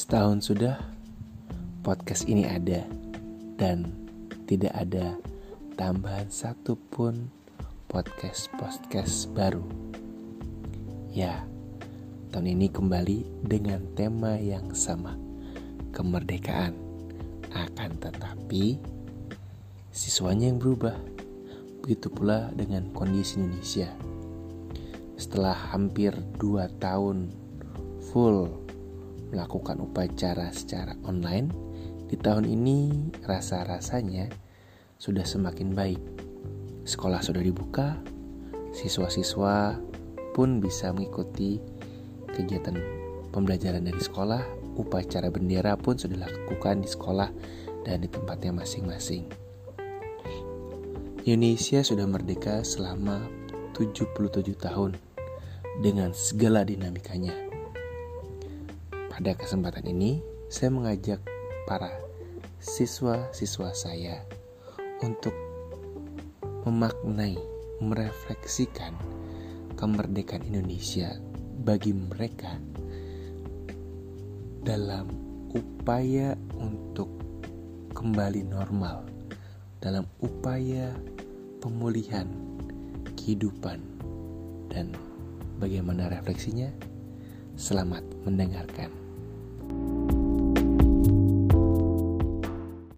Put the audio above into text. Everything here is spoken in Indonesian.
Setahun sudah podcast ini ada dan tidak ada tambahan satupun podcast baru. Ya, tahun ini kembali dengan tema yang sama, kemerdekaan. Akan tetapi siswanya yang berubah. Begitu pula dengan kondisi Indonesia. Setelah hampir 2 tahun full melakukan upacara secara online, di tahun ini rasa-rasanya sudah semakin baik. Sekolah sudah dibuka, siswa-siswa pun bisa mengikuti kegiatan pembelajaran dari sekolah, upacara bendera pun sudah dilakukan di sekolah dan di tempatnya masing-masing. Indonesia sudah merdeka selama 77 tahun dengan segala dinamikanya. Pada kesempatan ini, saya mengajak para siswa-siswa saya untuk memaknai, merefleksikan kemerdekaan Indonesia bagi mereka dalam upaya untuk kembali normal, dalam upaya pemulihan kehidupan. Dan bagaimana refleksinya? Selamat mendengarkan.